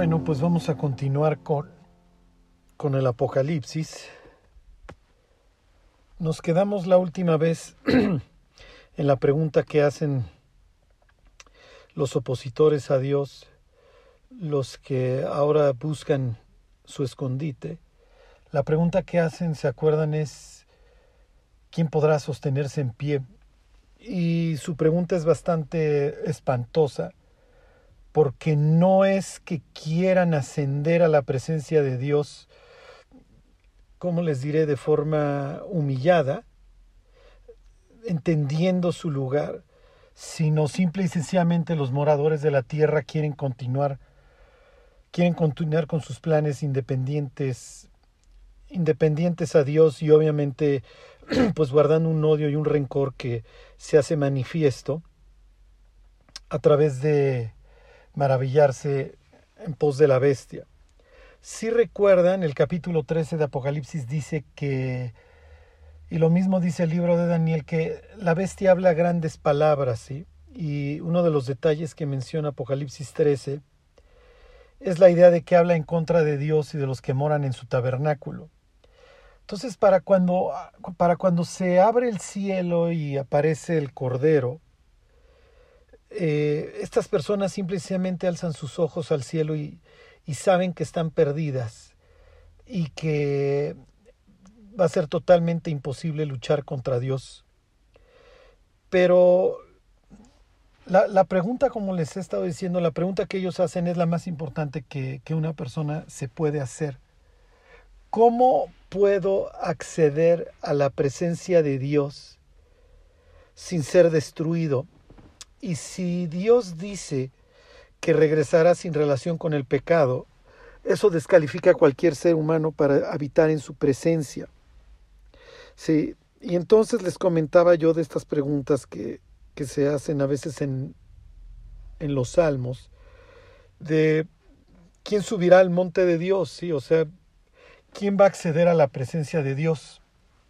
Bueno, pues vamos a continuar con el Apocalipsis. Nos quedamos la última vez en la pregunta que hacen los opositores a Dios, los que ahora buscan su escondite. La pregunta que hacen, ¿se acuerdan? Es ¿quién podrá sostenerse en pie? Y su pregunta es bastante espantosa, porque no es que quieran ascender a la presencia de Dios, ¿cómo les diré?, de forma humillada, entendiendo su lugar, sino simple y sencillamente los moradores de la tierra quieren continuar con sus planes independientes a Dios, y obviamente pues guardando un odio y un rencor que se hace manifiesto a través de maravillarse en pos de la bestia. Si recuerdan, el capítulo 13 de Apocalipsis dice que, y lo mismo dice el libro de Daniel, que la bestia habla grandes palabras, ¿sí? Y uno de los detalles que menciona Apocalipsis 13 es la idea de que habla en contra de Dios y de los que moran en su tabernáculo. Entonces, para cuando se abre el cielo y aparece el Cordero, estas personas simplemente alzan sus ojos al cielo y saben que están perdidas y que va a ser totalmente imposible luchar contra Dios. Pero la pregunta, como les he estado diciendo, la pregunta que ellos hacen es la más importante que una persona se puede hacer. ¿Cómo puedo acceder a la presencia de Dios sin ser destruido? Y si Dios dice que regresará sin relación con el pecado, eso descalifica a cualquier ser humano para habitar en su presencia. Sí, y entonces les comentaba yo de estas preguntas que se hacen a veces en los salmos, de quién subirá al monte de Dios, ¿sí? O sea, ¿quién va a acceder a la presencia de Dios?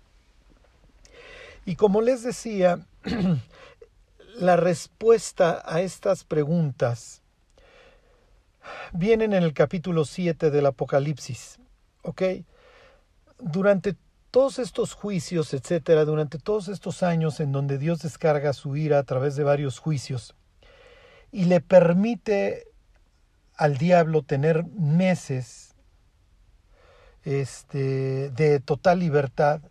Y como les decía, la respuesta a estas preguntas vienen en el capítulo 7 del Apocalipsis, ¿ok? Durante todos estos juicios, etcétera, durante todos estos años en donde Dios descarga su ira a través de varios juicios y le permite al diablo tener meses de total libertad,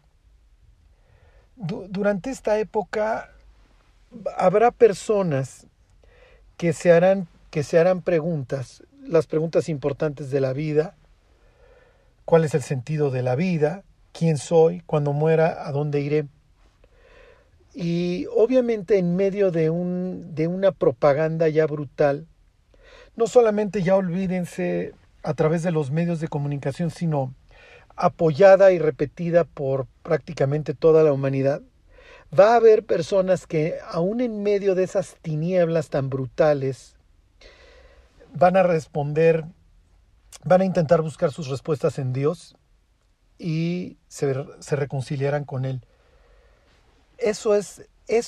durante esta época habrá personas que se harán preguntas, las preguntas importantes de la vida: ¿cuál es el sentido de la vida? ¿Quién soy? Cuando muera, ¿a dónde iré? Y obviamente en medio de una propaganda ya brutal, no solamente, ya olvídense, a través de los medios de comunicación, sino apoyada y repetida por prácticamente toda la humanidad, va a haber personas que aún en medio de esas tinieblas tan brutales van a intentar buscar sus respuestas en Dios y se reconciliarán con Él. Eso es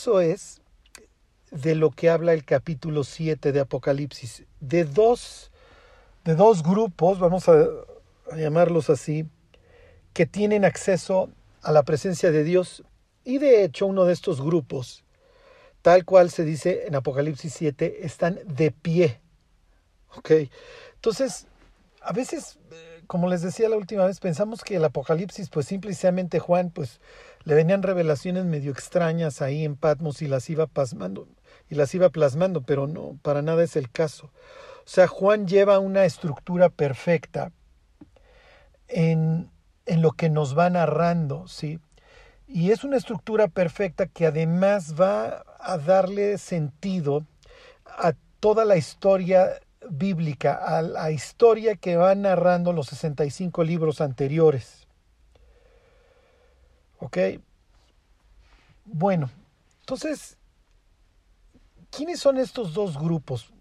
de lo que habla el capítulo 7 de Apocalipsis, de dos grupos, vamos a llamarlos así, que tienen acceso a la presencia de Dios. Y de hecho, uno de estos grupos, tal cual se dice en Apocalipsis 7, están de pie. ¿Ok? Entonces, a veces, como les decía la última vez, pensamos que el Apocalipsis, pues simplemente Juan, pues le venían revelaciones medio extrañas ahí en Patmos y las iba plasmando, pero no, para nada es el caso. O sea, Juan lleva una estructura perfecta en lo que nos va narrando, ¿sí? Y es una estructura perfecta que además va a darle sentido a toda la historia bíblica, a la historia que van narrando los 65 libros anteriores. ¿Ok? Bueno, entonces, ¿quiénes son estos dos grupos?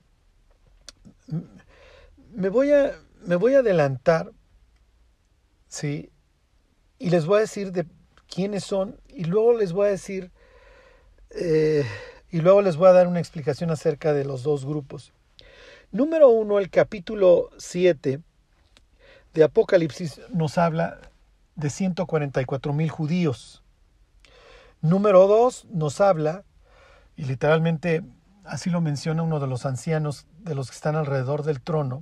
Me voy a adelantar, ¿sí? Y les voy a decir de quiénes son, y luego les voy a decir, y luego les voy a dar una explicación acerca de los dos grupos. Número uno, el capítulo 7 de Apocalipsis nos habla de 144,000 judíos. Número 2 nos habla, y literalmente así lo menciona uno de los ancianos de los que están alrededor del trono,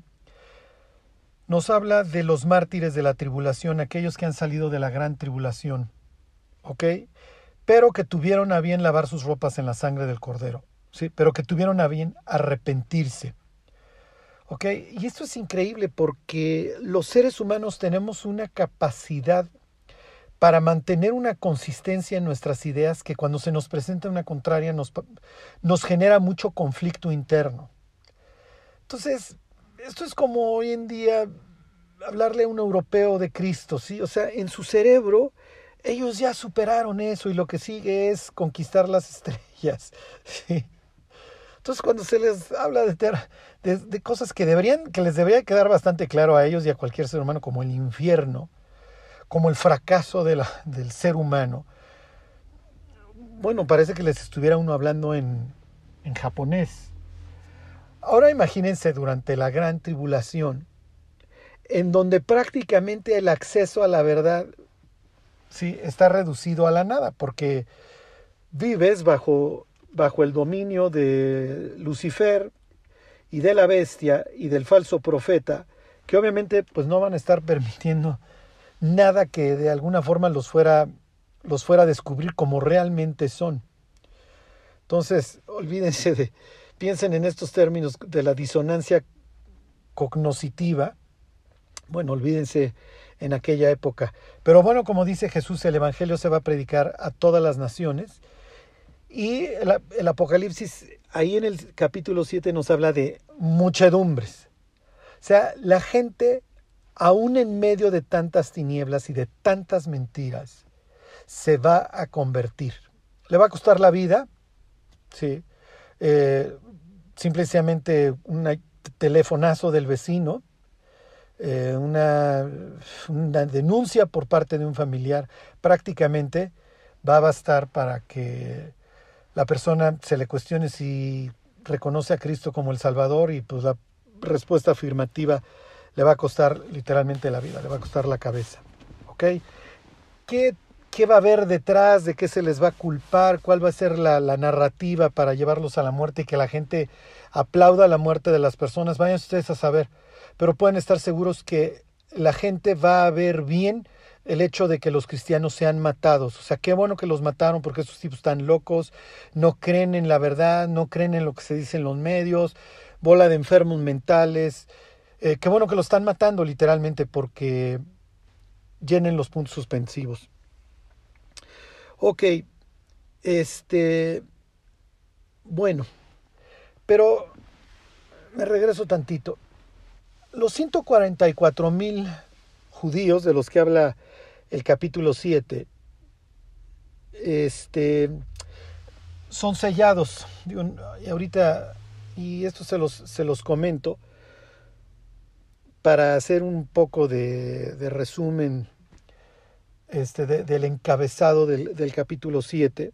nos habla de los mártires de la tribulación, aquellos que han salido de la gran tribulación, ¿ok? Pero que tuvieron a bien lavar sus ropas en la sangre del Cordero, ¿sí? Pero que tuvieron a bien arrepentirse, ¿ok? Y esto es increíble porque los seres humanos tenemos una capacidad para mantener una consistencia en nuestras ideas que cuando se nos presenta una contraria nos genera mucho conflicto interno. Entonces, esto es como hoy en día hablarle a un europeo de Cristo, ¿sí? O sea, en su cerebro ellos ya superaron eso y lo que sigue es conquistar las estrellas, ¿sí? Entonces, cuando se les habla de cosas que les debería quedar bastante claro a ellos y a cualquier ser humano, como el infierno, como el fracaso del ser humano, bueno, parece que les estuviera uno hablando en japonés. Ahora imagínense durante la gran tribulación, en donde prácticamente el acceso a la verdad, sí, está reducido a la nada, porque vives bajo el dominio de Lucifer y de la bestia y del falso profeta, que obviamente pues no van a estar permitiendo nada que de alguna forma los fuera a descubrir como realmente son. Entonces, piensen en estos términos de la disonancia cognoscitiva. Bueno, olvídense en aquella época. Pero bueno, como dice Jesús, el Evangelio se va a predicar a todas las naciones. Y el Apocalipsis, ahí en el capítulo 7 nos habla de muchedumbres. O sea, la gente, aún en medio de tantas tinieblas y de tantas mentiras, se va a convertir. Le va a costar la vida, sí. Simplemente un telefonazo del vecino, una denuncia por parte de un familiar, prácticamente va a bastar para que la persona se le cuestione si reconoce a Cristo como el Salvador, y pues la respuesta afirmativa le va a costar literalmente la vida, le va a costar la cabeza. ¿Ok? ¿Qué va a haber detrás? ¿De qué se les va a culpar? ¿Cuál va a ser la narrativa para llevarlos a la muerte y que la gente aplauda la muerte de las personas? Vayan ustedes a saber. Pero pueden estar seguros que la gente va a ver bien el hecho de que los cristianos sean matados. O sea, qué bueno que los mataron, porque esos tipos están locos, no creen en la verdad, no creen en lo que se dice en los medios, bola de enfermos mentales. Qué bueno que los están matando literalmente, porque llenen los puntos suspensivos. Ok, bueno, pero me regreso tantito. Los 144,000 judíos de los que habla el capítulo 7, son sellados. Digo, y ahorita, y esto se los comento para hacer un poco de resumen del encabezado del capítulo 7.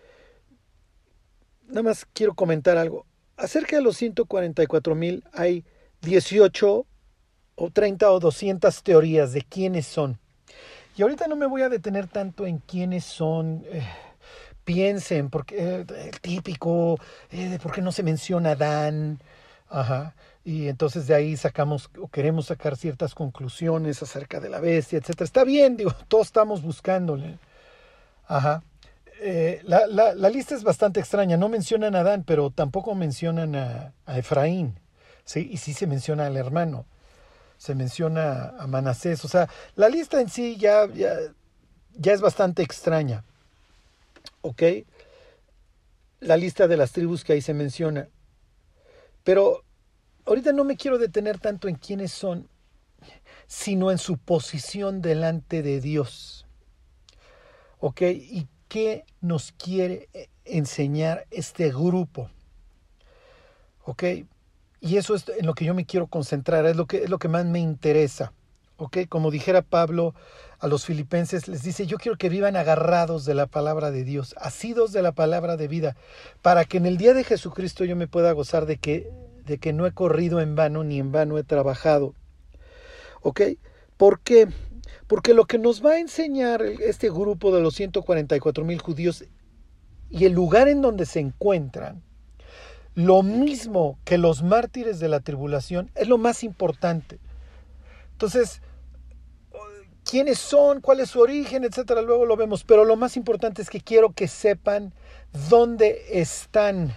Nada más quiero comentar algo. Acerca de los 144,000 hay 18 o 30 o 200 teorías de quiénes son. Y ahorita no me voy a detener tanto en quiénes son. Piensen, porque el típico, de por qué no se menciona Adán. Ajá. Y entonces de ahí sacamos o queremos sacar ciertas conclusiones acerca de la bestia, etcétera. Está bien, digo, todos estamos buscándole. Ajá. La lista es bastante extraña. No mencionan a Adán, pero tampoco mencionan a Efraín. ¿Sí? Y sí se menciona al hermano. Se menciona a Manasés. O sea, la lista en sí ya es bastante extraña. ¿Ok? La lista de las tribus que ahí se menciona. Pero ahorita no me quiero detener tanto en quiénes son, sino en su posición delante de Dios. ¿Ok? Y qué nos quiere enseñar este grupo. ¿Ok? Y eso es en lo que yo me quiero concentrar, es lo que más me interesa. ¿Ok? Como dijera Pablo a los filipenses, les dice, yo quiero que vivan agarrados de la palabra de Dios, asidos de la palabra de vida, para que en el día de Jesucristo yo me pueda gozar de que de que no he corrido en vano ni en vano he trabajado. ¿Ok? ¿Por qué? Porque lo que nos va a enseñar este grupo de los 144,000 judíos y el lugar en donde se encuentran, lo mismo que los mártires de la tribulación, es lo más importante. Entonces, quiénes son, cuál es su origen, etcétera, luego lo vemos, pero lo más importante es que quiero que sepan dónde están.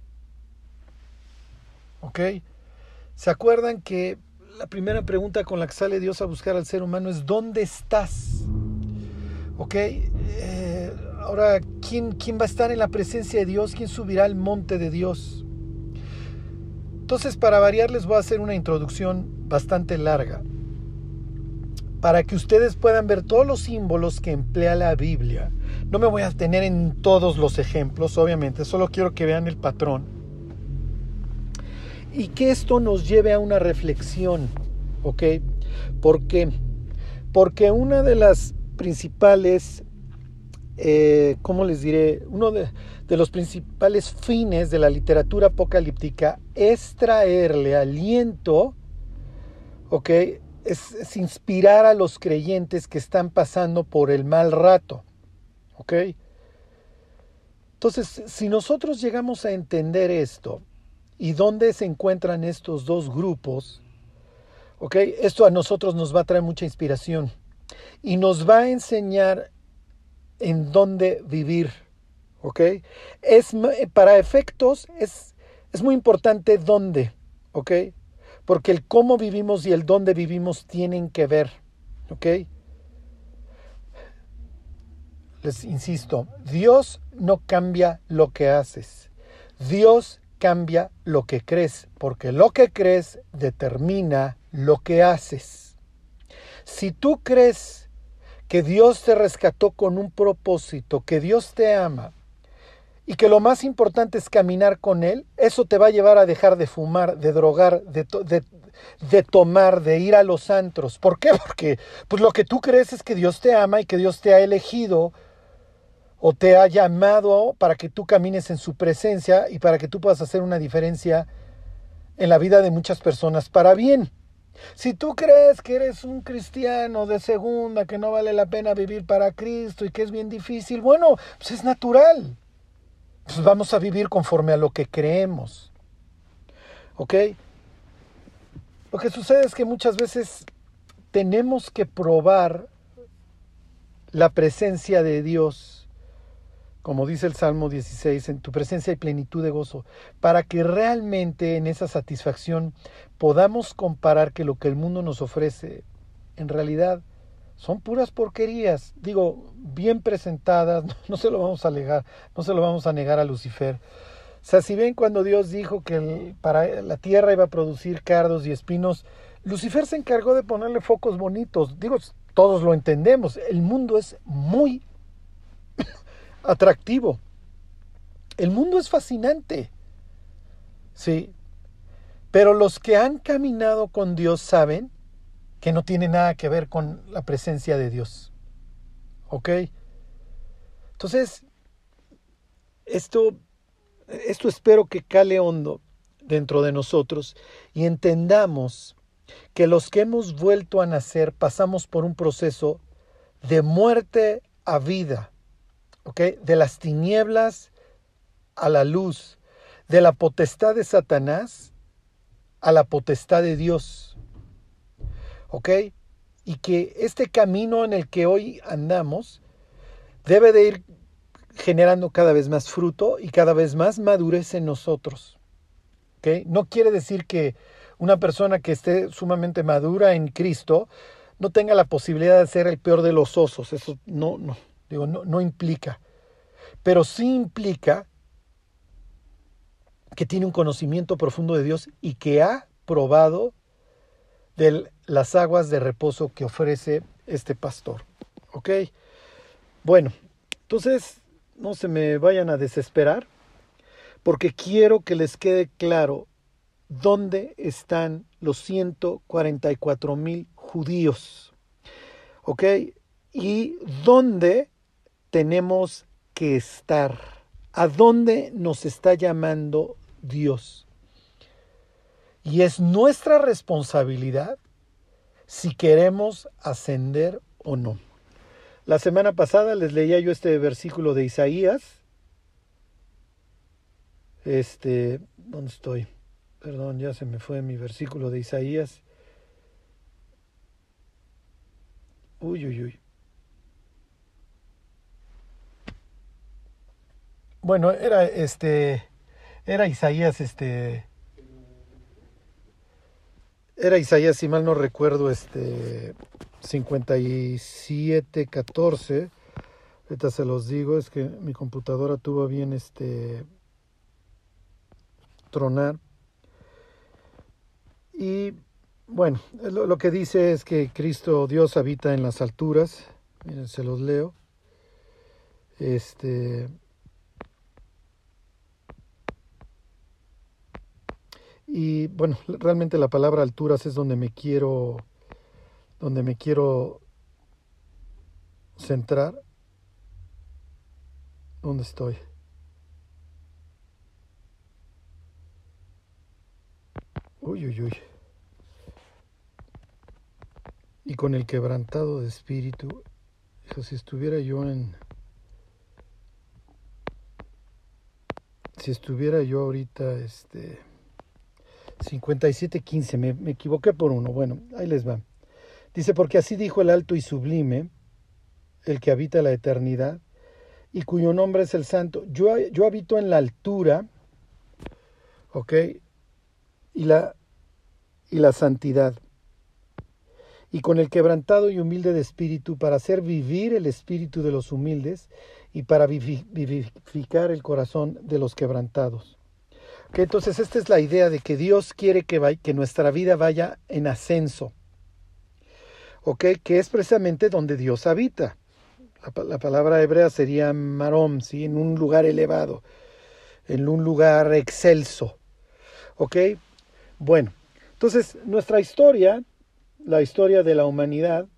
¿Ok? ¿Se acuerdan que la primera pregunta con la que sale Dios a buscar al ser humano es ¿dónde estás? ¿Ok? Ahora, ¿quién va a estar en la presencia de Dios? ¿Quién subirá al monte de Dios? Entonces, para variar, les voy a hacer una introducción bastante larga, para que ustedes puedan ver todos los símbolos que emplea la Biblia. No me voy a detener en todos los ejemplos, obviamente, solo quiero que vean el patrón. Y que esto nos lleve a una reflexión, ¿ok? ¿Por qué? Porque una de las principales, ¿cómo les diré? Uno de los principales fines de la literatura apocalíptica es traerle aliento, ¿ok? Es inspirar a los creyentes que están pasando por el mal rato, ¿ok? Entonces, si nosotros llegamos a entender esto y dónde se encuentran estos dos grupos, ¿ok? Esto a nosotros nos va a traer mucha inspiración y nos va a enseñar en dónde vivir, ¿ok? Para efectos es muy importante dónde, ¿ok? Porque el cómo vivimos y el dónde vivimos tienen que ver, ¿ok? Les insisto, Dios no cambia lo que haces. Dios cambia lo que crees, porque lo que crees determina lo que haces. Si tú crees que Dios te rescató con un propósito, que Dios te ama y que lo más importante es caminar con Él, eso te va a llevar a dejar de fumar, de drogar, de tomar, de ir a los antros. ¿Por qué? Porque pues lo que tú crees es que Dios te ama y que Dios te ha elegido o te ha llamado para que tú camines en su presencia y para que tú puedas hacer una diferencia en la vida de muchas personas para bien. Si tú crees que eres un cristiano de segunda, que no vale la pena vivir para Cristo y que es bien difícil, bueno, pues es natural. Pues vamos a vivir conforme a lo que creemos. ¿Ok? Lo que sucede es que muchas veces tenemos que probar la presencia de Dios, como dice el Salmo 16, en tu presencia hay plenitud de gozo, para que realmente en esa satisfacción podamos comparar que lo que el mundo nos ofrece en realidad son puras porquerías, digo, bien presentadas, no se lo vamos a negar, no se lo vamos a negar a Lucifer. O sea, si ven cuando Dios dijo que para la tierra iba a producir cardos y espinos, Lucifer se encargó de ponerle focos bonitos. Digo, todos lo entendemos, el mundo es muy atractivo. El mundo es fascinante. Sí. Pero los que han caminado con Dios saben que no tiene nada que ver con la presencia de Dios. ¿Ok? Entonces, esto espero que cale hondo dentro de nosotros y entendamos que los que hemos vuelto a nacer pasamos por un proceso de muerte a vida, ¿ok? De las tinieblas a la luz, de la potestad de Satanás a la potestad de Dios, ¿ok? Y que este camino en el que hoy andamos debe de ir generando cada vez más fruto y cada vez más madurez en nosotros, ¿ok? No quiere decir que una persona que esté sumamente madura en Cristo no tenga la posibilidad de ser el peor de los osos. Eso no implica. Pero sí implica que tiene un conocimiento profundo de Dios y que ha probado de las aguas de reposo que ofrece este pastor. ¿Ok? Bueno, entonces no se me vayan a desesperar porque quiero que les quede claro dónde están los 144,000 judíos. ¿Ok? Y dónde tenemos que estar. ¿A dónde nos está llamando Dios? Y es nuestra responsabilidad si queremos ascender o no. La semana pasada les leía yo este versículo de Isaías. ¿Dónde estoy? Perdón, ya se me fue mi versículo de Isaías. Uy. Bueno, era Isaías, era Isaías, si mal no recuerdo, 57:14. Ahorita se los digo, es que mi computadora tuvo bien tronar. Y bueno, lo que dice es que Cristo Dios habita en las alturas. Miren, se los leo. Y bueno, realmente la palabra alturas es donde me quiero centrar. ¿Dónde estoy? Uy. Y con el quebrantado de espíritu, si estuviera yo ahorita 57:15, me equivoqué por uno. Bueno, ahí les va. Dice, porque así dijo el alto y sublime, el que habita la eternidad, y cuyo nombre es el santo. Yo habito en la altura, ¿ok? Y la santidad. Y con el quebrantado y humilde de espíritu, para hacer vivir el espíritu de los humildes y para vivificar el corazón de los quebrantados. Okay, entonces esta es la idea de que Dios quiere que nuestra vida vaya en ascenso. Okay, que es precisamente donde Dios habita. La palabra hebrea sería marom, ¿sí? En un lugar elevado, en un lugar excelso. Okay, bueno, entonces nuestra historia, la historia de la humanidad,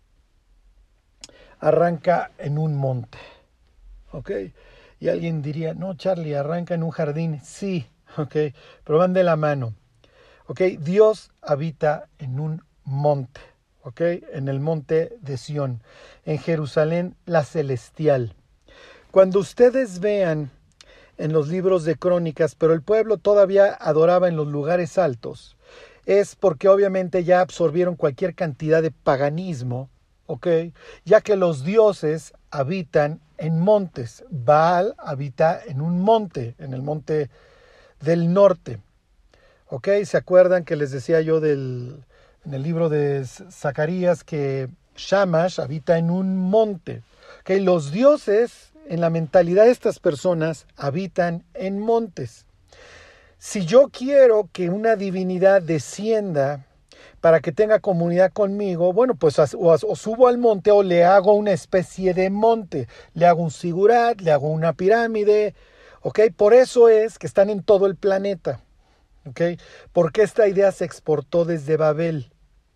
arranca en un monte. Okay, y alguien diría, no, Charlie, arranca en un jardín. Sí, okay, pero van de la mano. Okay, Dios habita en un monte. Okay, en el monte de Sión, en Jerusalén la celestial. Cuando ustedes vean en los libros de Crónicas, pero el pueblo todavía adoraba en los lugares altos, es porque obviamente ya absorbieron cualquier cantidad de paganismo, ¿okay? Ya que los dioses habitan en montes. Baal habita en un monte, en el monte del norte. ¿Okay? ¿Se acuerdan que les decía yo en el libro de Zacarías que Shamash habita en un monte? ¿Okay? Los dioses, en la mentalidad de estas personas, habitan en montes. Si yo quiero que una divinidad descienda para que tenga comunidad conmigo, bueno, pues o subo al monte o le hago una especie de monte. Le hago un sigurat, le hago una pirámide. ¿Okay? Por eso es que están en todo el planeta. ¿Okay? Porque esta idea se exportó desde Babel.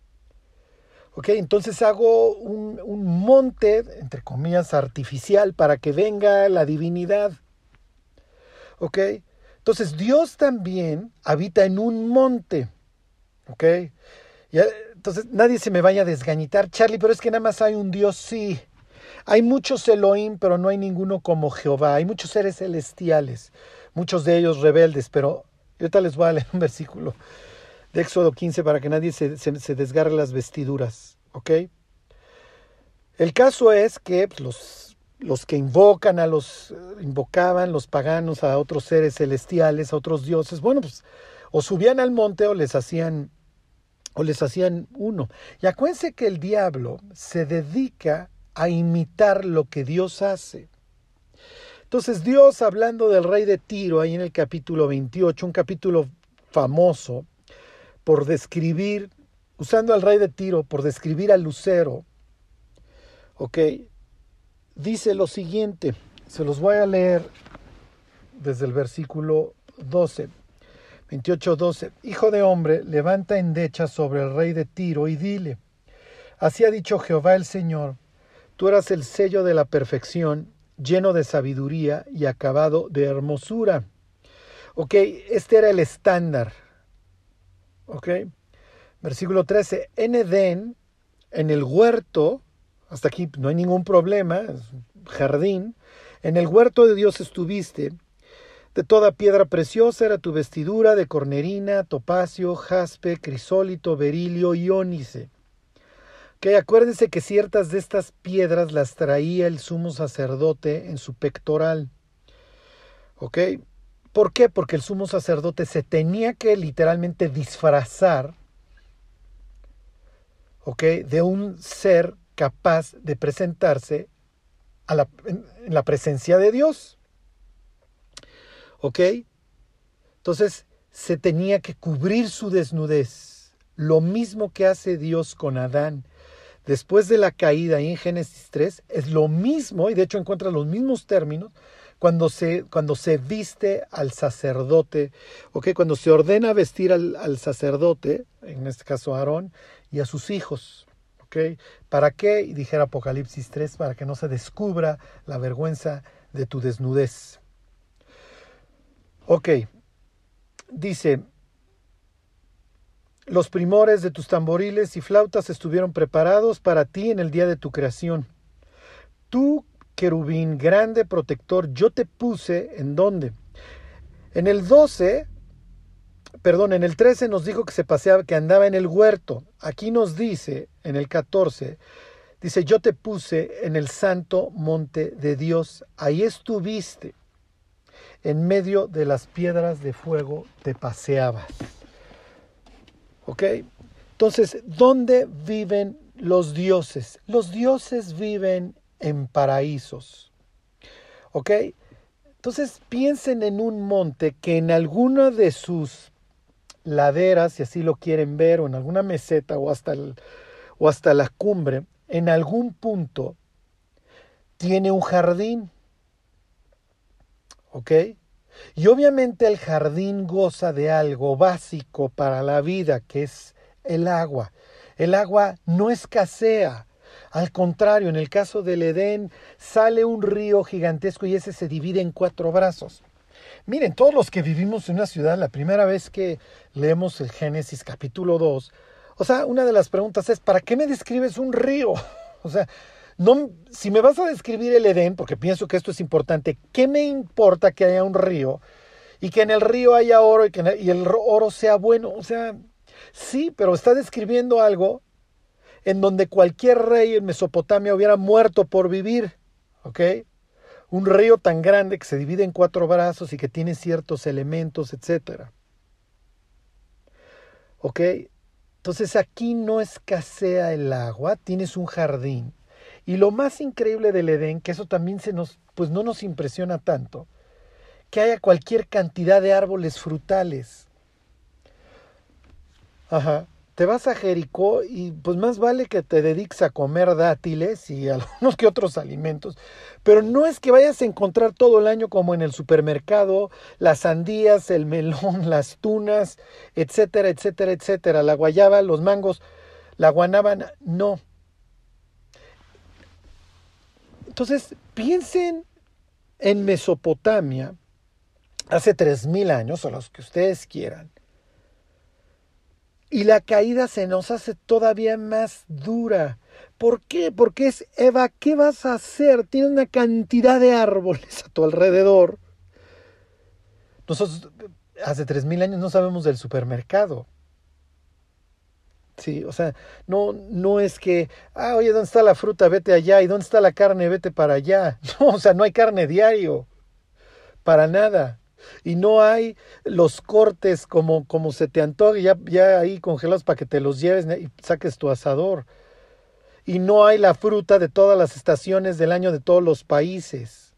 ¿Okay? Entonces hago un monte, entre comillas, artificial para que venga la divinidad. ¿Okay? Entonces Dios también habita en un monte. ¿Okay? Entonces nadie se me vaya a desgañitar, Charlie, pero es que nada más hay un Dios. Sí. Hay muchos Elohim, pero no hay ninguno como Jehová. Hay muchos seres celestiales, muchos de ellos rebeldes, pero ahorita les voy a leer un versículo de Éxodo 15 para que nadie se desgarre las vestiduras. ¿Ok? El caso es que los que invocaban los paganos a otros seres celestiales, a otros dioses, bueno, pues o subían al monte o les hacían uno. Y acuérdense que el diablo se dedica a imitar lo que Dios hace. Entonces Dios, hablando del rey de Tiro, ahí en el capítulo 28, un capítulo famoso por describir, usando al rey de Tiro, por describir al lucero, ok, dice lo siguiente, se los voy a leer desde el versículo 12, 28:12. Hijo de hombre, levanta endecha sobre el rey de Tiro y dile, así ha dicho Jehová el Señor, tú eras el sello de la perfección, lleno de sabiduría y acabado de hermosura. Ok, este era el estándar. ¿Ok? Versículo 13. En Edén, en el huerto, hasta aquí no hay ningún problema, es un jardín. En el huerto de Dios estuviste. De toda piedra preciosa era tu vestidura, de cornerina, topacio, jaspe, crisólito, berilio y ónice. Que acuérdense que ciertas de estas piedras las traía el sumo sacerdote en su pectoral. ¿Ok? ¿Por qué? Porque el sumo sacerdote se tenía que literalmente disfrazar, ¿ok?, de un ser capaz de presentarse en la presencia de Dios. ¿Ok? Entonces se tenía que cubrir su desnudez. Lo mismo que hace Dios con Adán. Después de la caída ahí en Génesis 3, es lo mismo, y de hecho encuentra los mismos términos, cuando se viste al sacerdote, ¿okay? Cuando se ordena vestir al sacerdote, en este caso a Aarón, y a sus hijos. ¿Okay? ¿Para qué? Y dijera Apocalipsis 3, para que no se descubra la vergüenza de tu desnudez. Ok, dice, los primores de tus tamboriles y flautas estuvieron preparados para ti en el día de tu creación. Tú, querubín grande protector, yo te puse, ¿en dónde? En el 13 nos dijo que se paseaba, que andaba en el huerto. Aquí nos dice, en el 14, dice, yo te puse en el santo monte de Dios. Ahí estuviste. En medio de las piedras de fuego te paseabas. ¿Ok? Entonces, ¿dónde viven los dioses? Los dioses viven en paraísos. ¿Ok? Entonces, piensen en un monte que en alguna de sus laderas, si así lo quieren ver, o en alguna meseta, o hasta la cumbre, en algún punto, tiene un jardín. ¿Ok? Y obviamente el jardín goza de algo básico para la vida, que es el agua. El agua no escasea. Al contrario, en el caso del Edén, sale un río gigantesco y ese se divide en 4 brazos. Miren, todos los que vivimos en una ciudad, la primera vez que leemos el Génesis capítulo 2, o sea, una de las preguntas es, ¿para qué me describes un río? O sea, no, si me vas a describir el Edén, porque pienso que esto es importante, ¿qué me importa que haya un río y que en el río haya oro y el oro sea bueno? O sea, sí, pero está describiendo algo en donde cualquier rey en Mesopotamia hubiera muerto por vivir, ¿ok? Un río tan grande que se divide en 4 brazos y que tiene ciertos elementos, etc. ¿Ok? Entonces aquí no escasea el agua, tienes un jardín. Y lo más increíble del Edén, que eso también pues no nos impresiona tanto, que haya cualquier cantidad de árboles frutales. Ajá. Te vas a Jericó y pues más vale que te dediques a comer dátiles y algunos que otros alimentos, pero no es que vayas a encontrar todo el año como en el supermercado, las sandías, el melón, las tunas, etcétera, etcétera, etcétera, la guayaba, los mangos, la guanábana, no. Entonces, piensen en Mesopotamia, hace 3000 años, o los que ustedes quieran, y la caída se nos hace todavía más dura. ¿Por qué? Porque es, Eva, ¿qué vas a hacer? Tiene una cantidad de árboles a tu alrededor. Nosotros hace 3000 años no sabemos del supermercado. Sí, o sea, no es que, oye, ¿dónde está la fruta? Vete allá. ¿Y dónde está la carne? Vete para allá. No, o sea, no hay carne diario. Para nada. Y no hay los cortes como se te antoje, ya ahí congelados para que te los lleves y saques tu asador. Y no hay la fruta de todas las estaciones del año de todos los países.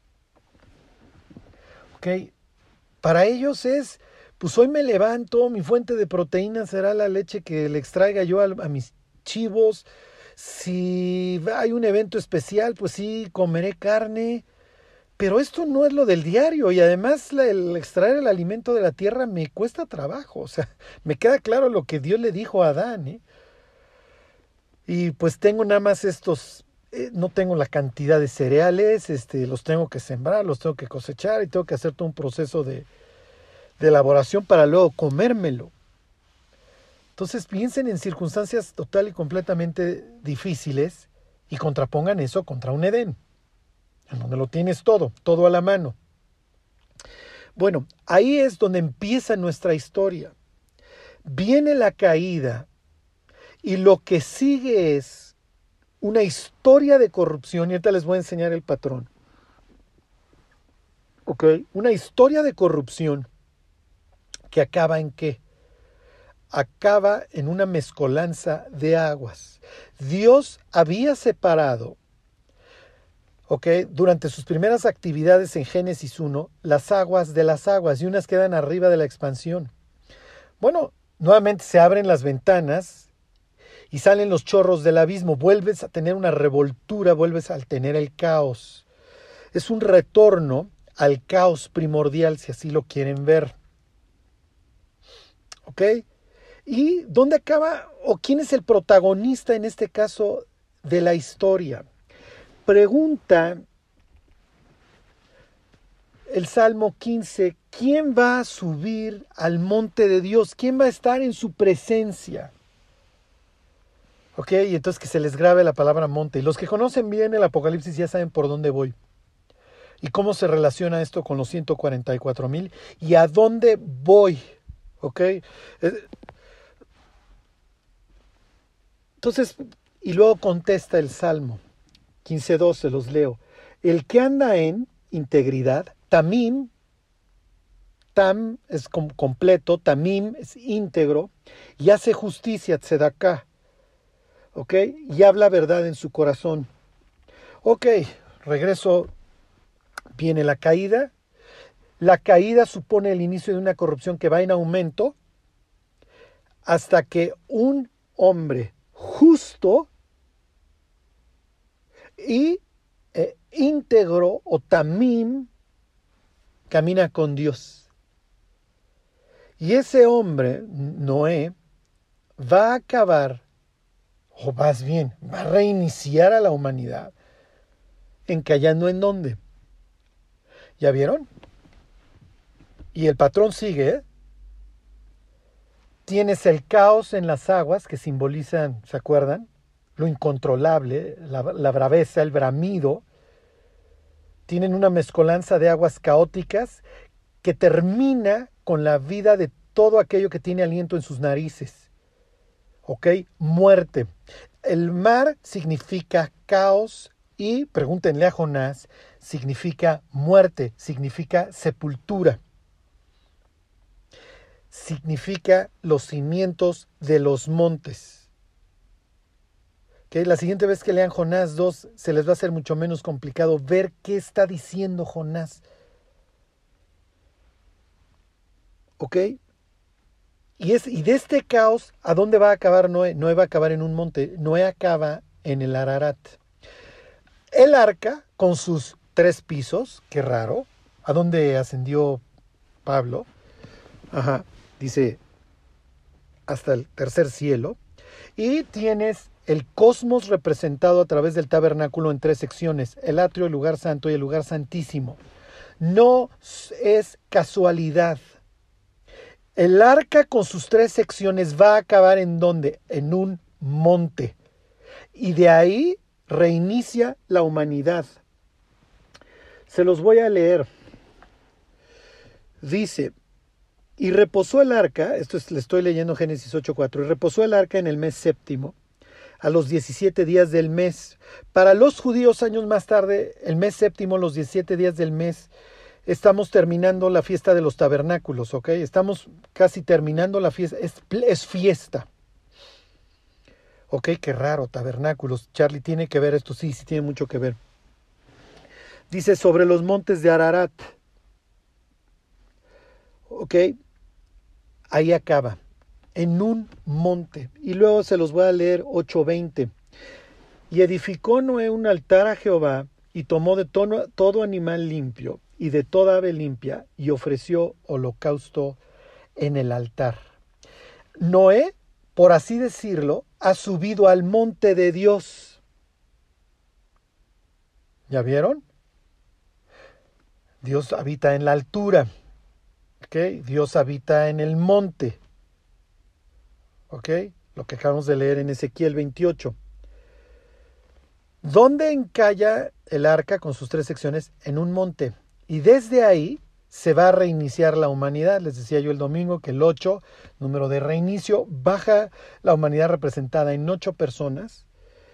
¿Ok? Para ellos es, pues hoy me levanto, mi fuente de proteína será la leche que le extraiga yo a mis chivos. Si hay un evento especial, pues sí, comeré carne. Pero esto no es lo del diario y además el extraer el alimento de la tierra me cuesta trabajo. O sea, me queda claro lo que Dios le dijo a Adán, ¿eh? Y pues tengo nada más no tengo la cantidad de cereales, los tengo que sembrar, los tengo que cosechar y tengo que hacer todo un proceso de elaboración para luego comérmelo. Entonces piensen en circunstancias total y completamente difíciles y contrapongan eso contra un Edén, en donde lo tienes todo a la mano. Bueno, ahí es donde empieza nuestra historia. Viene la caída y lo que sigue es una historia de corrupción, y ahorita les voy a enseñar el patrón. ¿Ok? Una historia de corrupción que acaba en ¿qué? Acaba en una mezcolanza de aguas. Dios había separado, ¿ok?, durante sus primeras actividades en Génesis 1, las aguas de las aguas, y unas quedan arriba de la expansión. Bueno, nuevamente se abren las ventanas y salen los chorros del abismo. Vuelves a tener una revoltura, vuelves a tener el caos. Es un retorno al caos primordial, si así lo quieren ver. ¿Ok? ¿Y dónde acaba, o quién es el protagonista en este caso de la historia? Pregunta el Salmo 15, ¿quién va a subir al monte de Dios? ¿Quién va a estar en su presencia? ¿Ok? Y entonces que se les grabe la palabra monte. Y los que conocen bien el Apocalipsis ya saben por dónde voy. Y cómo se relaciona esto con los 144,000 y a dónde voy. ¿Ok? Entonces, y luego contesta el Salmo 15:2, se los leo. El que anda en integridad, tamim, tam es completo, tamim es íntegro, y hace justicia, tzedaká, ¿ok? Y habla verdad en su corazón. Ok, regreso, viene la caída. La caída supone el inicio de una corrupción que va en aumento hasta que un hombre justo y íntegro o tamim camina con Dios. Y ese hombre, Noé, va a acabar, o más bien, va a reiniciar a la humanidad encallando en dónde. ¿Ya vieron? Y el patrón sigue, ¿eh? Tienes el caos en las aguas que simbolizan, ¿se acuerdan? Lo incontrolable, la braveza, el bramido. Tienen una mezcolanza de aguas caóticas que termina con la vida de todo aquello que tiene aliento en sus narices. ¿Ok? Muerte. El mar significa caos y, pregúntenle a Jonás, significa muerte, significa sepultura. Significa los cimientos de los montes. ¿Okay? La siguiente vez que lean Jonás 2 se les va a hacer mucho menos complicado ver qué está diciendo Jonás. ¿Ok? Y de este caos, ¿a dónde va a acabar Noé? Noé va a acabar en un monte. Noé acaba en el Ararat. El arca, con sus 3 pisos, qué raro. ¿A dónde ascendió Pablo? Ajá, dice, hasta el tercer cielo. Y tienes el cosmos representado a través del tabernáculo en 3 secciones. El atrio, el lugar santo y el lugar santísimo. No es casualidad. El arca con sus 3 secciones va a acabar ¿en dónde? En un monte. Y de ahí reinicia la humanidad. Se los voy a leer. Dice, y reposó el arca, le estoy leyendo Génesis 8:4, y reposó el arca en el mes séptimo, a los 17 días del mes. Para los judíos, años más tarde, el mes séptimo, los 17 días del mes, estamos terminando la fiesta de los tabernáculos, ¿ok? Estamos casi terminando la fiesta, es fiesta. Ok, qué raro, tabernáculos. Charlie, ¿tiene que ver esto? Sí, tiene mucho que ver. Dice, sobre los montes de Ararat. Ok, ahí acaba, en un monte. Y luego se los voy a leer 8:20. Y edificó Noé un altar a Jehová, y tomó de todo animal limpio, y de toda ave limpia, y ofreció holocausto en el altar. Noé, por así decirlo, ha subido al monte de Dios. ¿Ya vieron? Dios habita en la altura. ¿Ok? Dios habita en el monte. ¿ok? Lo que acabamos de leer en Ezequiel 28. ¿Dónde encalla el arca con sus 3 secciones? En un monte. Y desde ahí se va a reiniciar la humanidad. Les decía yo el domingo que el 8, número de reinicio, baja la humanidad representada en 8 personas.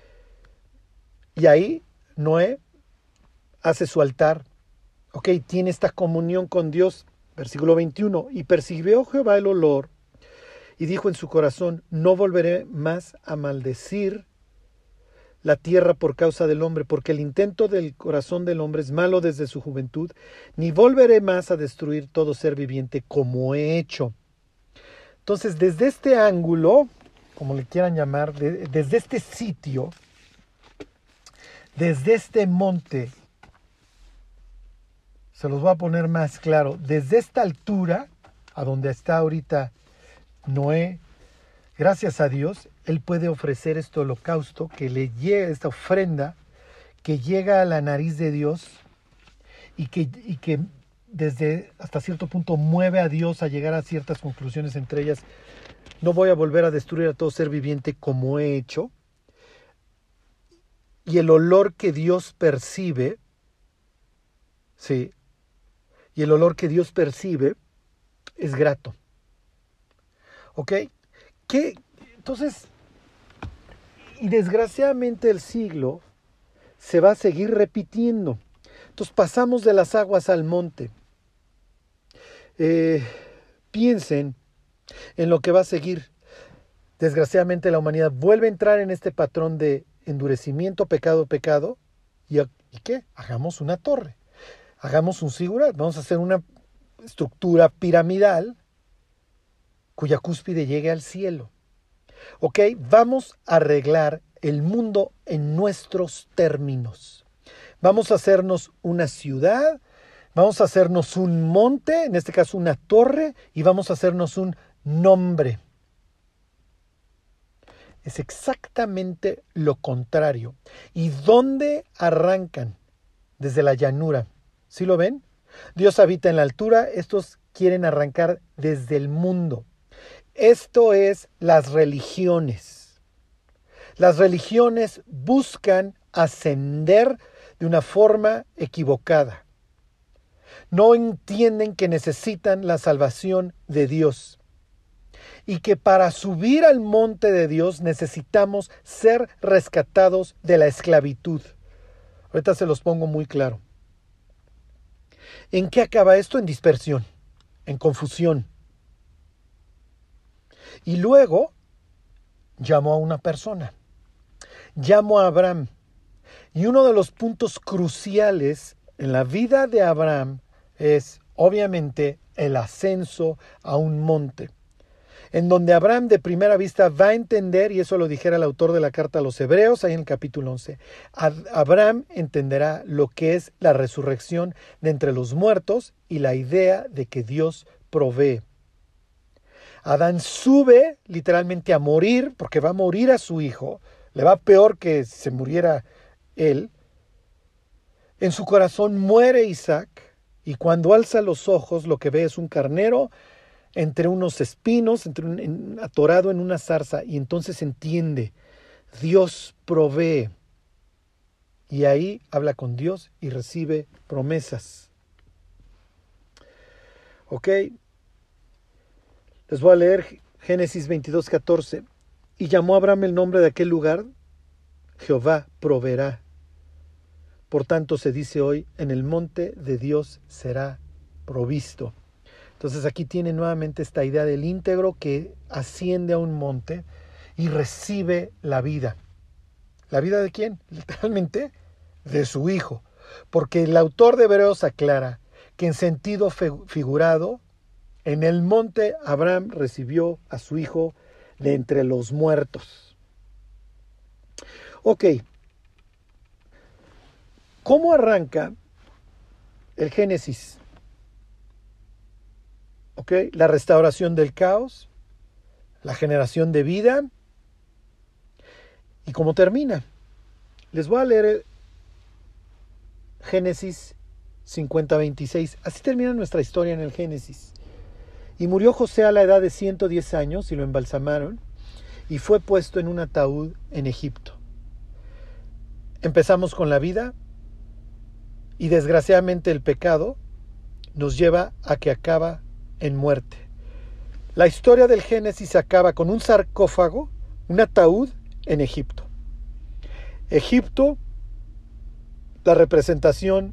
Y ahí Noé hace su altar. Ok, tiene esta comunión con Dios. Versículo 21. Y percibió Jehová el olor y dijo en su corazón: no volveré más a maldecir la tierra por causa del hombre, porque el intento del corazón del hombre es malo desde su juventud, ni volveré más a destruir todo ser viviente como he hecho. Entonces, desde este ángulo, como le quieran llamar, desde este sitio, desde este monte, se los voy a poner más claro, desde esta altura, a donde está ahorita Noé, gracias a Dios, él puede ofrecer este holocausto que le llega, esta ofrenda que llega a la nariz de Dios y que desde hasta cierto punto mueve a Dios a llegar a ciertas conclusiones, entre ellas: no voy a volver a destruir a todo ser viviente como he hecho. Y el olor que Dios percibe, sí, y el olor que Dios percibe es grato. ¿Ok? Entonces, y desgraciadamente el siglo se va a seguir repitiendo. Entonces pasamos de las aguas al monte. Piensen en lo que va a seguir. Desgraciadamente la humanidad vuelve a entrar en este patrón de endurecimiento, pecado. ¿Y qué? Hagamos una torre. Hagamos un zigurat. Vamos a hacer una estructura piramidal cuya cúspide llegue al cielo. ¿Ok? Vamos a arreglar el mundo en nuestros términos. Vamos a hacernos una ciudad, vamos a hacernos un monte, en este caso una torre, y vamos a hacernos un nombre. Es exactamente lo contrario. ¿Y dónde arrancan? Desde la llanura. ¿Sí lo ven? Dios habita en la altura, estos quieren arrancar desde el mundo. Esto es las religiones. Las religiones buscan ascender de una forma equivocada. No entienden que necesitan la salvación de Dios y que para subir al monte de Dios necesitamos ser rescatados de la esclavitud. Ahorita se los pongo muy claro. ¿En qué acaba esto? En dispersión, en confusión. Y luego llamó a una persona. Llamó a Abraham. Y uno de los puntos cruciales en la vida de Abraham es, obviamente, el ascenso a un monte, en donde Abraham de primera vista va a entender, y eso lo dijera el autor de la carta a los Hebreos, ahí en el capítulo 11, Abraham entenderá lo que es la resurrección de entre los muertos y la idea de que Dios provee. Adán sube literalmente a morir, porque va a morir a su hijo, le va peor que si se muriera él. En su corazón muere Isaac, y cuando alza los ojos lo que ve es un carnero entre unos espinos, atorado en una zarza, y entonces entiende, Dios provee. Y ahí habla con Dios y recibe promesas. ¿Ok? Les voy a leer Génesis 22:14. Y llamó a Abraham el nombre de aquel lugar: Jehová proveerá. Por tanto se dice hoy: en el monte de Dios será provisto. Entonces aquí tiene nuevamente esta idea del íntegro que asciende a un monte y recibe la vida. ¿La vida de quién? Literalmente de su hijo. Porque el autor de Hebreos aclara que en sentido figurado, en el monte Abraham recibió a su hijo de entre los muertos. Ok. ¿Cómo arranca el Génesis? Ok. La restauración del caos, la generación de vida. ¿Y cómo termina? Les voy a leer Génesis 50:26. Así termina nuestra historia en el Génesis. Y murió José a la edad de 110 años y lo embalsamaron y fue puesto en un ataúd en Egipto. Empezamos con la vida y desgraciadamente el pecado nos lleva a que acaba en muerte. La historia del Génesis acaba con un sarcófago, un ataúd en Egipto. Egipto, la representación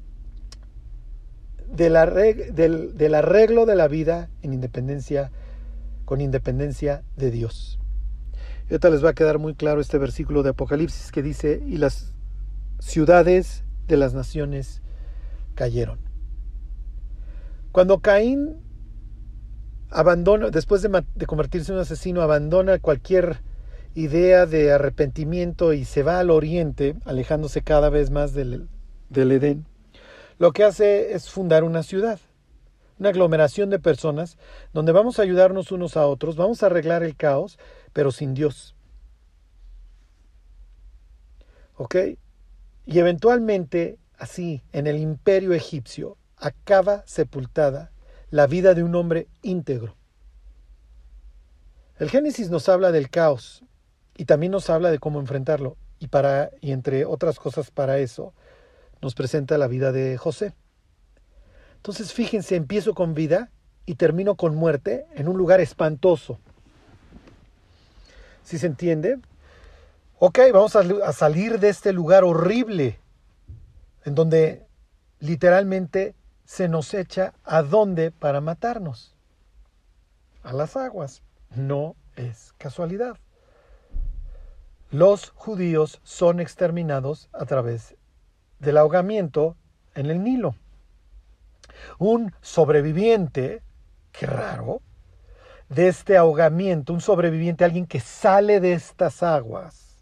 del arreglo de la vida con independencia de Dios. Y ahorita les va a quedar muy claro este versículo de Apocalipsis que dice: y las ciudades de las naciones cayeron. Cuando Caín abandona, después de convertirse en un asesino, abandona cualquier idea de arrepentimiento y se va al oriente, alejándose cada vez más del Edén, lo que hace es fundar una ciudad, una aglomeración de personas donde vamos a ayudarnos unos a otros, vamos a arreglar el caos, pero sin Dios. ¿Ok? Y eventualmente, así, en el imperio egipcio, acaba sepultada la vida de un hombre íntegro. El Génesis nos habla del caos y también nos habla de cómo enfrentarlo. Y entre otras cosas para eso, nos presenta la vida de José. Entonces, fíjense, empiezo con vida y termino con muerte en un lugar espantoso. ¿Sí se entiende? Ok, vamos a salir de este lugar horrible, en donde literalmente se nos echa ¿a dónde para matarnos? A las aguas. No es casualidad. Los judíos son exterminados a través del ahogamiento en el Nilo. Un sobreviviente, qué raro, de este ahogamiento, un sobreviviente, alguien que sale de estas aguas,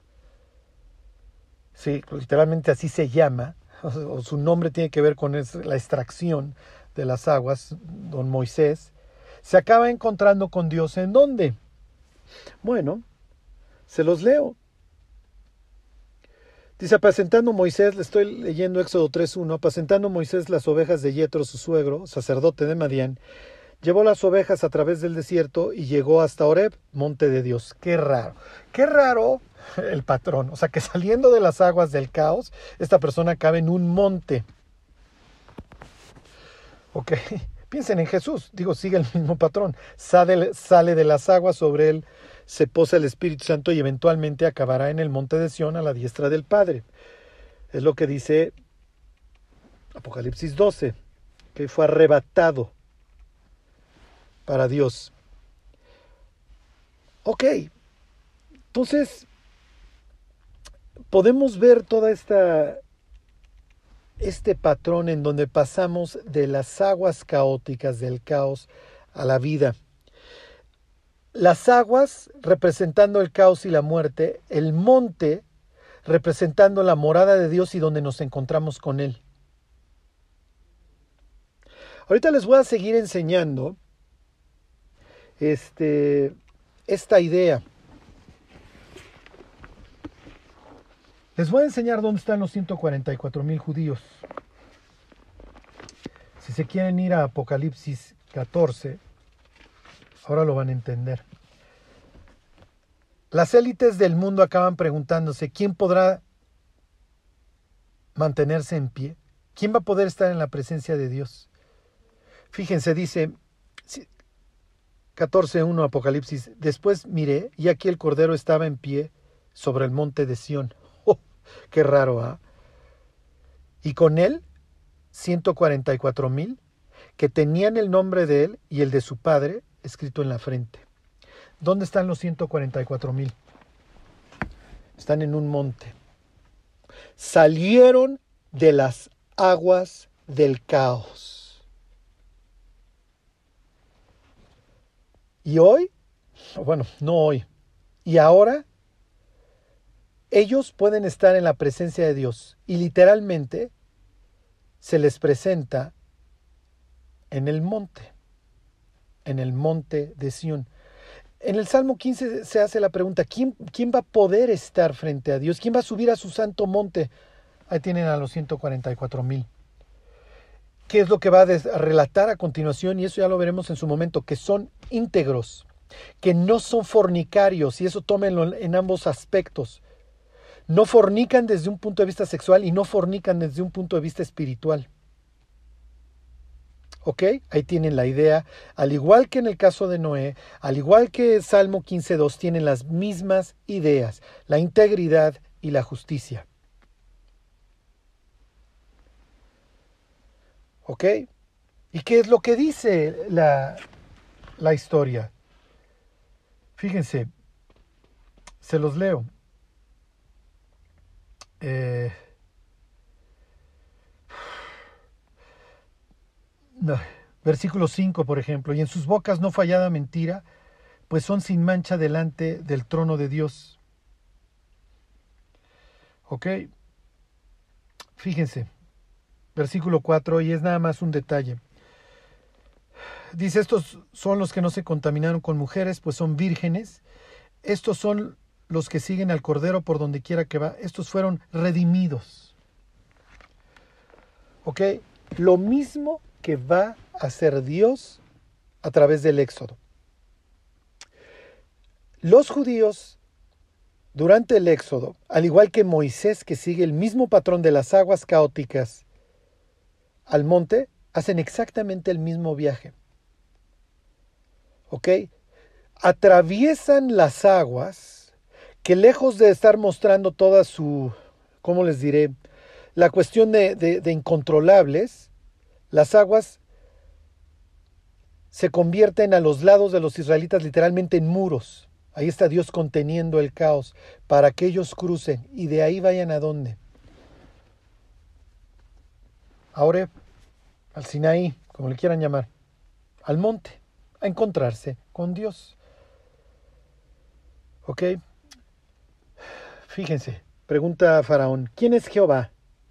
sí, literalmente así se llama, o su nombre tiene que ver con la extracción de las aguas, don Moisés, se acaba encontrando con Dios. ¿En dónde? Bueno, se los leo. Dice: apacentando Moisés, le estoy leyendo Éxodo 3:1, apacentando Moisés las ovejas de Yetro, su suegro, sacerdote de Madián, llevó las ovejas a través del desierto y llegó hasta Horeb, monte de Dios. Qué raro el patrón. O sea, que saliendo de las aguas del caos, esta persona cabe en un monte. Ok, piensen en Jesús. Sigue el mismo patrón. Sale de las aguas, sobre él se posa el Espíritu Santo y eventualmente acabará en el monte de Sión a la diestra del Padre. Es lo que dice Apocalipsis 12, que fue arrebatado para Dios. Ok, entonces podemos ver toda este patrón en donde pasamos de las aguas caóticas del caos a la vida. Las aguas representando el caos y la muerte, el monte representando la morada de Dios y donde nos encontramos con Él. Ahorita les voy a seguir enseñando esta idea. Les voy a enseñar dónde están los 144,000 judíos. Si se quieren ir a Apocalipsis 14, ahora lo van a entender. Las élites del mundo acaban preguntándose: ¿quién podrá mantenerse en pie? ¿Quién va a poder estar en la presencia de Dios? Fíjense, dice 14:1 Apocalipsis: después miré y aquí el Cordero estaba en pie sobre el monte de Sión. ¡Oh, qué raro! ¿Ah? Y con él 144,000 que tenían el nombre de él y el de su padre escrito en la frente. ¿Dónde están los 144,000? Están en un monte. Salieron de las aguas del caos. Y hoy, bueno, no hoy, y ahora, ellos pueden estar en la presencia de Dios y literalmente se les presenta en el monte de Sión. En el Salmo 15 se hace la pregunta: ¿quién va a poder estar frente a Dios? ¿Quién va a subir a su santo monte? Ahí tienen a los 144,000. ¿Qué es lo que va a relatar a continuación? Y eso ya lo veremos en su momento, que son íntegros. que no son fornicarios, y eso tómenlo en ambos aspectos. No fornican desde un punto de vista sexual y no fornican desde un punto de vista espiritual. ¿Ok? Ahí tienen la idea. Al igual que en el caso de Noé, al igual que Salmo 15:2, tienen las mismas ideas, la integridad y la justicia. ¿Ok? ¿Y qué es lo que dice la historia? Fíjense, se los leo. No, versículo 5, por ejemplo. Y en sus bocas no fallada mentira, pues son sin mancha delante del trono de Dios. ¿Ok? Fíjense, versículo 4, y es nada más un detalle. Dice, estos son los que no se contaminaron con mujeres, pues son vírgenes. Estos son los que siguen al Cordero por donde quiera que va. Estos fueron redimidos. ¿Ok? Lo mismo que va a hacer Dios a través del Éxodo. Los judíos, durante el Éxodo, al igual que Moisés, que sigue el mismo patrón de las aguas caóticas al monte, hacen exactamente el mismo viaje. ¿Ok? Atraviesan las aguas que, lejos de estar mostrando toda su, ¿cómo les diré?, la cuestión de incontrolables, las aguas se convierten a los lados de los israelitas literalmente en muros. Ahí está Dios conteniendo el caos para que ellos crucen y de ahí vayan a dónde. Ahora, al Sinaí, como le quieran llamar, al monte, a encontrarse con Dios. ¿Ok? Fíjense, pregunta a Faraón, ¿quién es Jehová?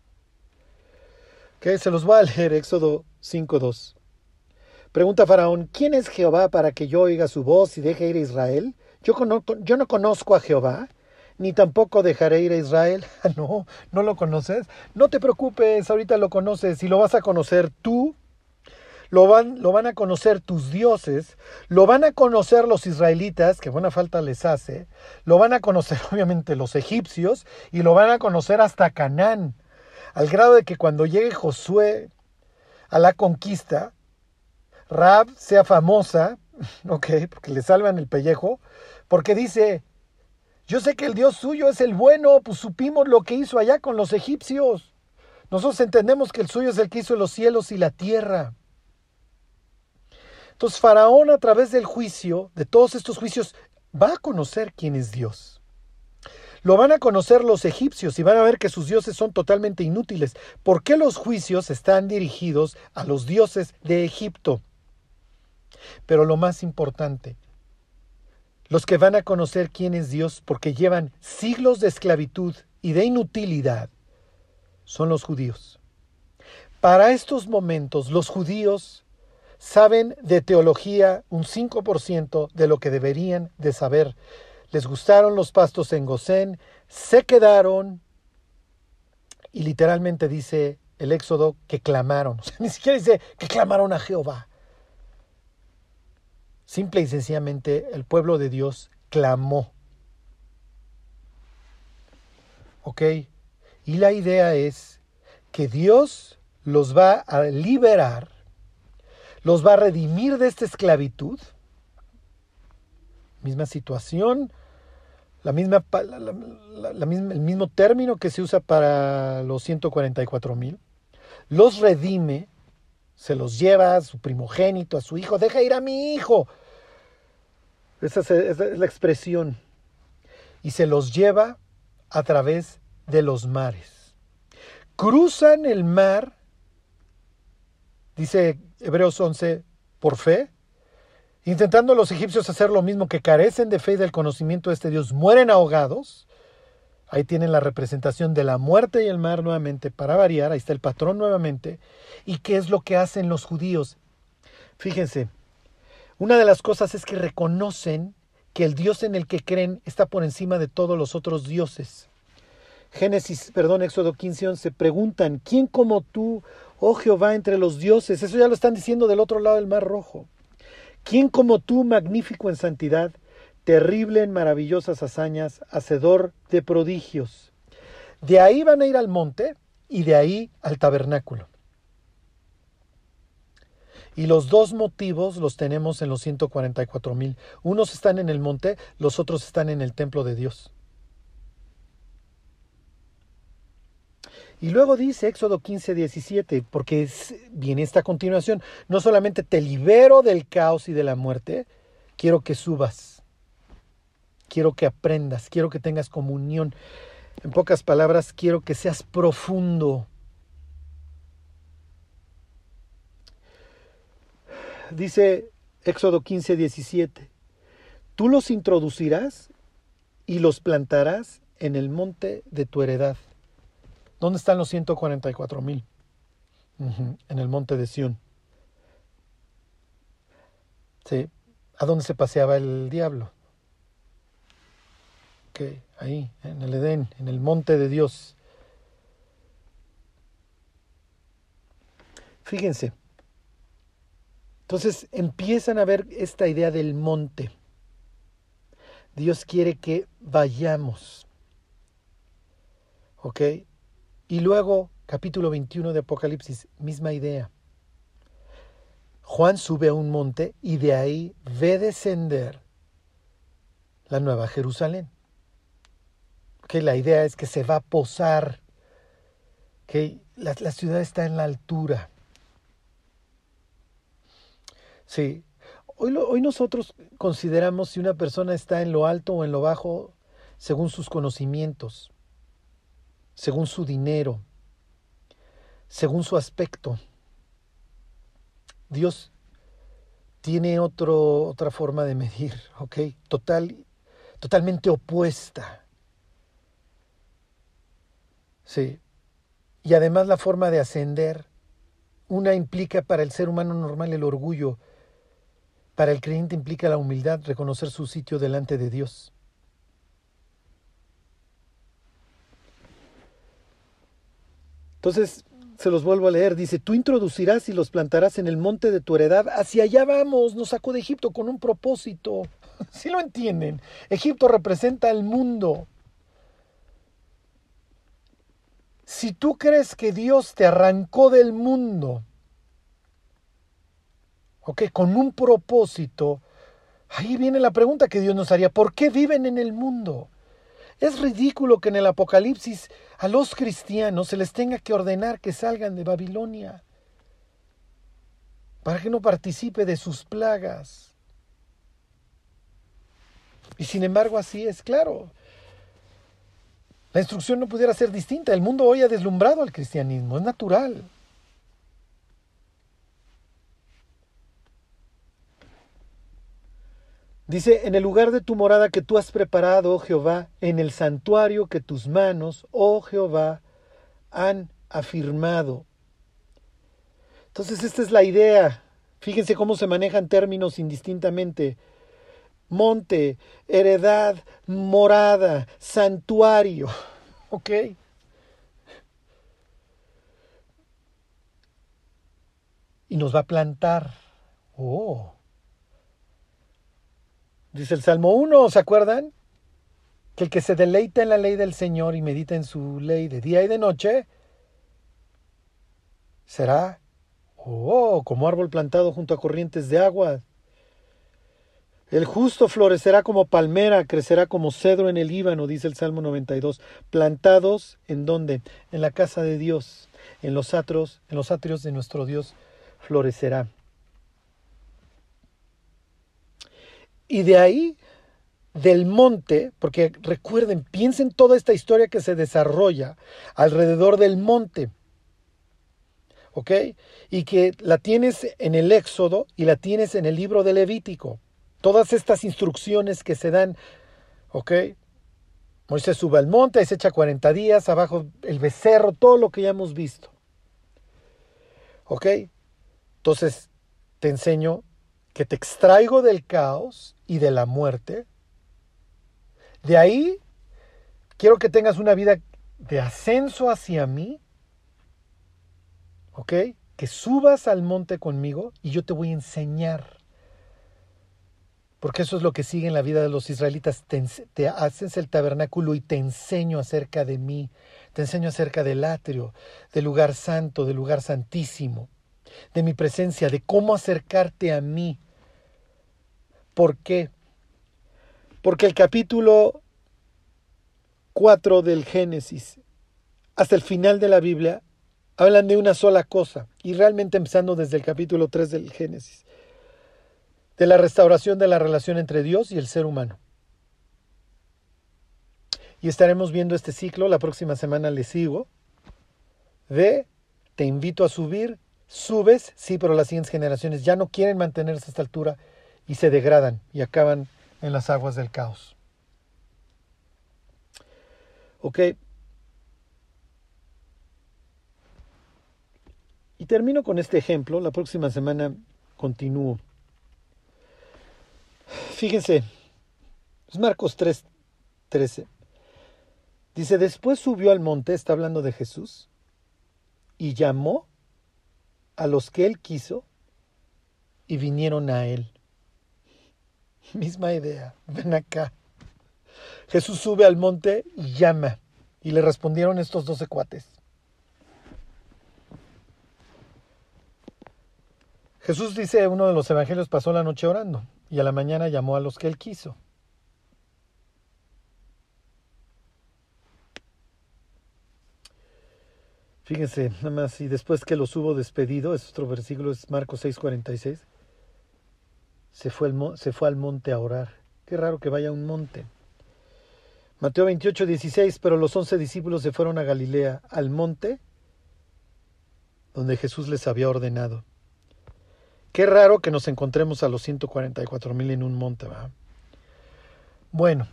Ok, se los voy a leer, Éxodo 5:2. Pregunta a Faraón, ¿quién es Jehová para que yo oiga su voz y deje ir a Israel? Yo no conozco a Jehová, ni tampoco dejaré ir a Israel. No, no lo conoces. No te preocupes, ahorita lo conoces y lo vas a conocer tú. Lo van a conocer tus dioses, lo van a conocer los israelitas, que buena falta les hace, lo van a conocer obviamente los egipcios y lo van a conocer hasta Canaán, al grado de que cuando llegue Josué a la conquista, Rahab sea famosa, ok, porque le salvan el pellejo, porque dice, yo sé que el Dios suyo es el bueno, pues supimos lo que hizo allá con los egipcios. Nosotros entendemos que el suyo es el que hizo los cielos y la tierra. Entonces Faraón, a través del juicio, de todos estos juicios, va a conocer quién es Dios. Lo van a conocer los egipcios y van a ver que sus dioses son totalmente inútiles. ¿Por qué los juicios están dirigidos a los dioses de Egipto? Pero lo más importante, los que van a conocer quién es Dios porque llevan siglos de esclavitud y de inutilidad, son los judíos. Para estos momentos, los judíos saben de teología un 5% de lo que deberían de saber. Les gustaron los pastos en Gosén, se quedaron y literalmente dice el Éxodo que clamaron. O sea, ni siquiera dice que clamaron a Jehová. Simple y sencillamente el pueblo de Dios clamó. ¿Ok? Y la idea es que Dios los va a liberar, los va a redimir de esta esclavitud. Misma situación, el mismo término que se usa para los 144,000. Los redime, se los lleva a su primogénito, a su hijo. Deja ir a mi hijo. Esa es la expresión. Y se los lleva a través de los mares. Cruzan el mar, dice Hebreos 11, por fe, intentando los egipcios hacer lo mismo, que carecen de fe y del conocimiento de este Dios, mueren ahogados. Ahí tienen la representación de la muerte y el mar nuevamente, para variar. Ahí está el patrón nuevamente. ¿Y qué es lo que hacen los judíos? Fíjense, una de las cosas es que reconocen que el Dios en el que creen está por encima de todos los otros dioses. Éxodo 15:11, preguntan, ¿quién como tú, oh Jehová, entre los dioses? Eso ya lo están diciendo del otro lado del Mar Rojo. ¿Quién como tú, magnífico en santidad, terrible en maravillosas hazañas, hacedor de prodigios? De ahí van a ir al monte y de ahí al tabernáculo. Y los dos motivos los tenemos en los 144,000. Unos están en el monte, los otros están en el templo de Dios. Y luego dice Éxodo 15:17, porque viene esta continuación. No solamente te libero del caos y de la muerte, quiero que subas, quiero que aprendas, quiero que tengas comunión. En pocas palabras, quiero que seas profundo. Dice Éxodo 15:17, tú los introducirás y los plantarás en el monte de tu heredad. ¿Dónde están los 144,000? En el monte de Sión. Sí. ¿A dónde se paseaba el diablo? Ahí, en el Edén, en el monte de Dios. Fíjense. Entonces empiezan a ver esta idea del monte. Dios quiere que vayamos. ¿Ok? Y luego, capítulo 21 de Apocalipsis, misma idea. Juan sube a un monte y de ahí ve descender la nueva Jerusalén. La idea es que se va a posar, la ciudad está en la altura. Sí, hoy nosotros consideramos si una persona está en lo alto o en lo bajo según sus conocimientos, según su dinero, según su aspecto. Dios tiene otra forma de medir, totalmente opuesta. Sí. Y además la forma de ascender, una implica para el ser humano normal el orgullo, para el creyente implica la humildad, reconocer su sitio delante de Dios. Entonces, se los vuelvo a leer, dice, tú introducirás y los plantarás en el monte de tu heredad, hacia allá vamos, nos sacó de Egipto con un propósito. ¿Sí lo entienden? Egipto representa el mundo. Si tú crees que Dios te arrancó del mundo, con un propósito, ahí viene la pregunta que Dios nos haría, ¿por qué viven en el mundo? Es ridículo que en el Apocalipsis a los cristianos se les tenga que ordenar que salgan de Babilonia para que no participe de sus plagas. Y sin embargo así es, claro. La instrucción no pudiera ser distinta. El mundo hoy ha deslumbrado al cristianismo, es natural. Dice, en el lugar de tu morada que tú has preparado, oh Jehová, en el santuario que tus manos, oh Jehová, han afirmado. Entonces esta es la idea. Fíjense cómo se manejan términos indistintamente. Monte, heredad, morada, santuario. Y nos va a plantar. Dice el Salmo 1, ¿se acuerdan? Que el que se deleita en la ley del Señor y medita en su ley de día y de noche, será, como árbol plantado junto a corrientes de agua. El justo florecerá como palmera, crecerá como cedro en el Líbano, dice el Salmo 92. Plantados, ¿en dónde? En la casa de Dios, en los atrios de nuestro Dios florecerá. Y de ahí, del monte, porque recuerden, piensen toda esta historia que se desarrolla alrededor del monte, y que la tienes en el Éxodo y la tienes en el libro de Levítico. Todas estas instrucciones que se dan, Moisés sube al monte, ahí se echa 40 días, abajo el becerro, todo lo que ya hemos visto. Entonces, te enseño que te extraigo del caos y de la muerte. De ahí, quiero que tengas una vida de ascenso hacia mí, que subas al monte conmigo y yo te voy a enseñar porque eso es lo que sigue en la vida de los israelitas. Te haces el tabernáculo y te enseño acerca de mí, te enseño acerca del atrio, del lugar santo, del lugar santísimo, de mi presencia, de cómo acercarte a mí. ¿Por qué? Porque el capítulo 4 del Génesis hasta el final de la Biblia hablan de una sola cosa, y realmente empezando desde el capítulo 3 del Génesis, de la restauración de la relación entre Dios y el ser humano. Y estaremos viendo este ciclo, la próxima semana le sigo. Te invito a subir, subes, sí, pero las siguientes generaciones ya no quieren mantenerse a esta altura y se degradan y acaban en las aguas del caos. Ok. Y termino con este ejemplo, la próxima semana continúo. Fíjense, es Marcos 3:13. Dice, después subió al monte, está hablando de Jesús, y llamó a los que él quiso y vinieron a él. Misma idea, ven acá. Jesús sube al monte y llama, y le respondieron estos 12 cuates. Jesús dice, uno de los evangelios pasó la noche orando, y a la mañana llamó a los que él quiso. Fíjense, nada más, y después que los hubo despedido, es otro versículo, es Marcos 6:46, se fue al monte a orar. Qué raro que vaya a un monte. Mateo 28:16, pero los 11 discípulos se fueron a Galilea, al monte donde Jesús les había ordenado. Qué raro que nos encontremos a los 144,000 en un monte, ¿verdad? Bueno,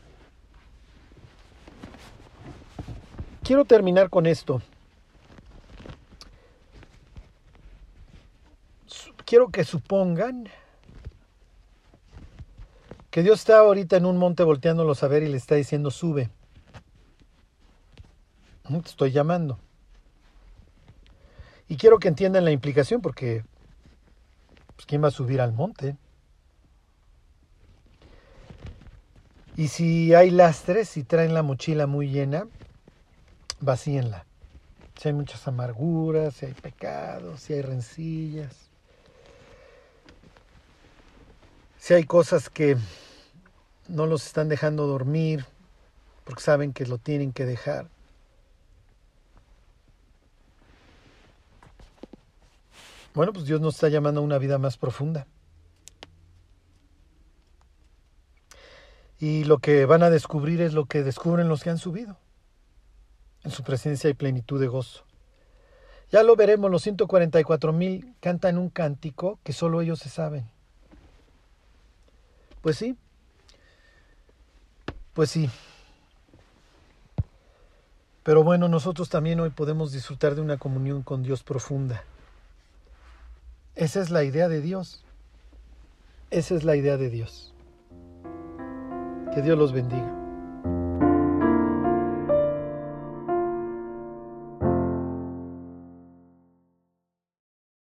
quiero terminar con esto. Quiero que supongan que Dios está ahorita en un monte volteándolos a ver y le está diciendo, sube. Te estoy llamando. Y quiero que entiendan la implicación porque, pues, ¿quién va a subir al monte? Y si hay lastres, si traen la mochila muy llena, vacíenla. Si hay muchas amarguras, si hay pecados, si hay rencillas, si hay cosas que no los están dejando dormir porque saben que lo tienen que dejar. Bueno, pues Dios nos está llamando a una vida más profunda. Y lo que van a descubrir es lo que descubren los que han subido. En su presencia hay plenitud de gozo. Ya lo veremos, los 144,000 cantan un cántico que solo ellos se saben. Pues sí. Pero bueno, nosotros también hoy podemos disfrutar de una comunión con Dios profunda. Esa es la idea de Dios. Esa es la idea de Dios. Que Dios los bendiga.